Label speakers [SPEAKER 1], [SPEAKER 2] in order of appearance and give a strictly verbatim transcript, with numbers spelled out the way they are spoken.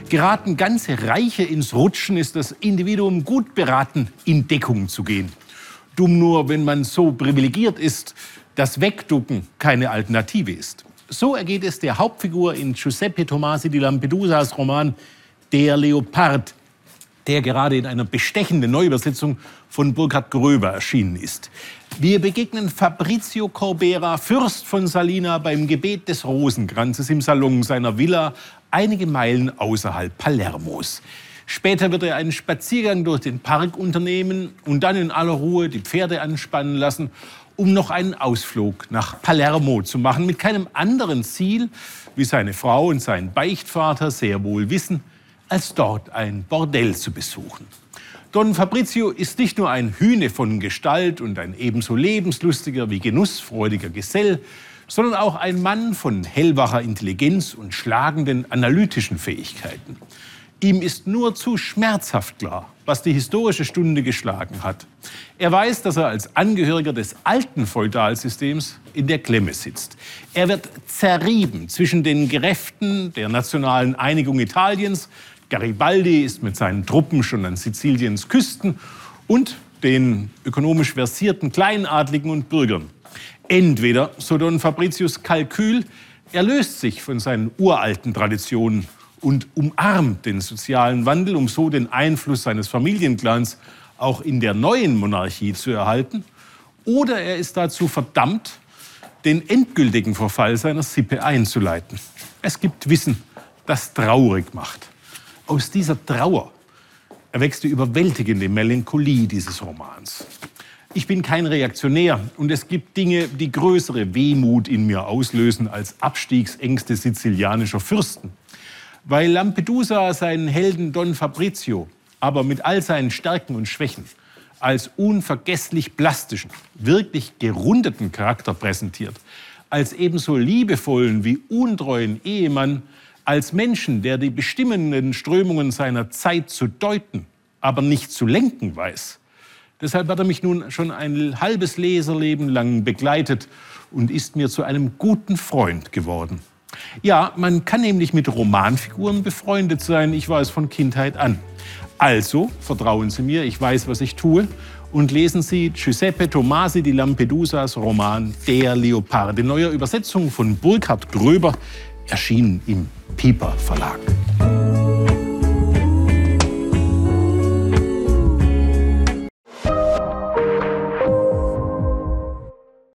[SPEAKER 1] Geraten ganze Reiche ins Rutschen, ist das Individuum gut beraten, in Deckung zu gehen. Dumm nur, wenn man so privilegiert ist, dass Wegducken keine Alternative ist. So ergeht es der Hauptfigur in Giuseppe Tomasi di Lampedusas Roman Der Leopard, der gerade in einer bestechenden Neuübersetzung von Burkhard Gröber erschienen ist. Wir begegnen Fabrizio Corbera, Fürst von Salina, beim Gebet des Rosenkranzes im Salon seiner Villa, einige Meilen außerhalb Palermos. Später wird er einen Spaziergang durch den Park unternehmen und dann in aller Ruhe die Pferde anspannen lassen, um noch einen Ausflug nach Palermo zu machen, mit keinem anderen Ziel, wie seine Frau und sein Beichtvater sehr wohl wissen, als dort ein Bordell zu besuchen. Don Fabrizio ist nicht nur ein Hühne von Gestalt und ein ebenso lebenslustiger wie genussfreudiger Gesell, sondern auch ein Mann von hellwacher Intelligenz und schlagenden analytischen Fähigkeiten. Ihm ist nur zu schmerzhaft klar, was die historische Stunde geschlagen hat. Er weiß, dass er als Angehöriger des alten Feudalsystems in der Klemme sitzt. Er wird zerrieben zwischen den Kräften der nationalen Einigung Italiens. Garibaldi ist mit seinen Truppen schon an Siziliens Küsten und den ökonomisch versierten Kleinadligen und Bürgern. Entweder, so Don Fabricius Kalkül, er löst sich von seinen uralten Traditionen und umarmt den sozialen Wandel, um so den Einfluss seines Familienclans auch in der neuen Monarchie zu erhalten. Oder er ist dazu verdammt, den endgültigen Verfall seiner Sippe einzuleiten. Es gibt Wissen, das traurig macht. Aus dieser Trauer erwächst die überwältigende Melancholie dieses Romans. Ich bin kein Reaktionär und es gibt Dinge, die größere Wehmut in mir auslösen als Abstiegsängste sizilianischer Fürsten. Weil Lampedusa seinen Helden Don Fabrizio aber mit all seinen Stärken und Schwächen als unvergesslich plastischen, wirklich gerundeten Charakter präsentiert, als ebenso liebevollen wie untreuen Ehemann, als Menschen, der die bestimmenden Strömungen seiner Zeit zu deuten, aber nicht zu lenken weiß. Deshalb hat er mich nun schon ein halbes Leserleben lang begleitet und ist mir zu einem guten Freund geworden. Ja, man kann nämlich mit Romanfiguren befreundet sein, ich war es von Kindheit an. Also vertrauen Sie mir, ich weiß, was ich tue, und lesen Sie Giuseppe Tomasi di Lampedusas Roman Der Leopard in neuer Übersetzung von Burkhard Gröber, erschienen im Piper Verlag.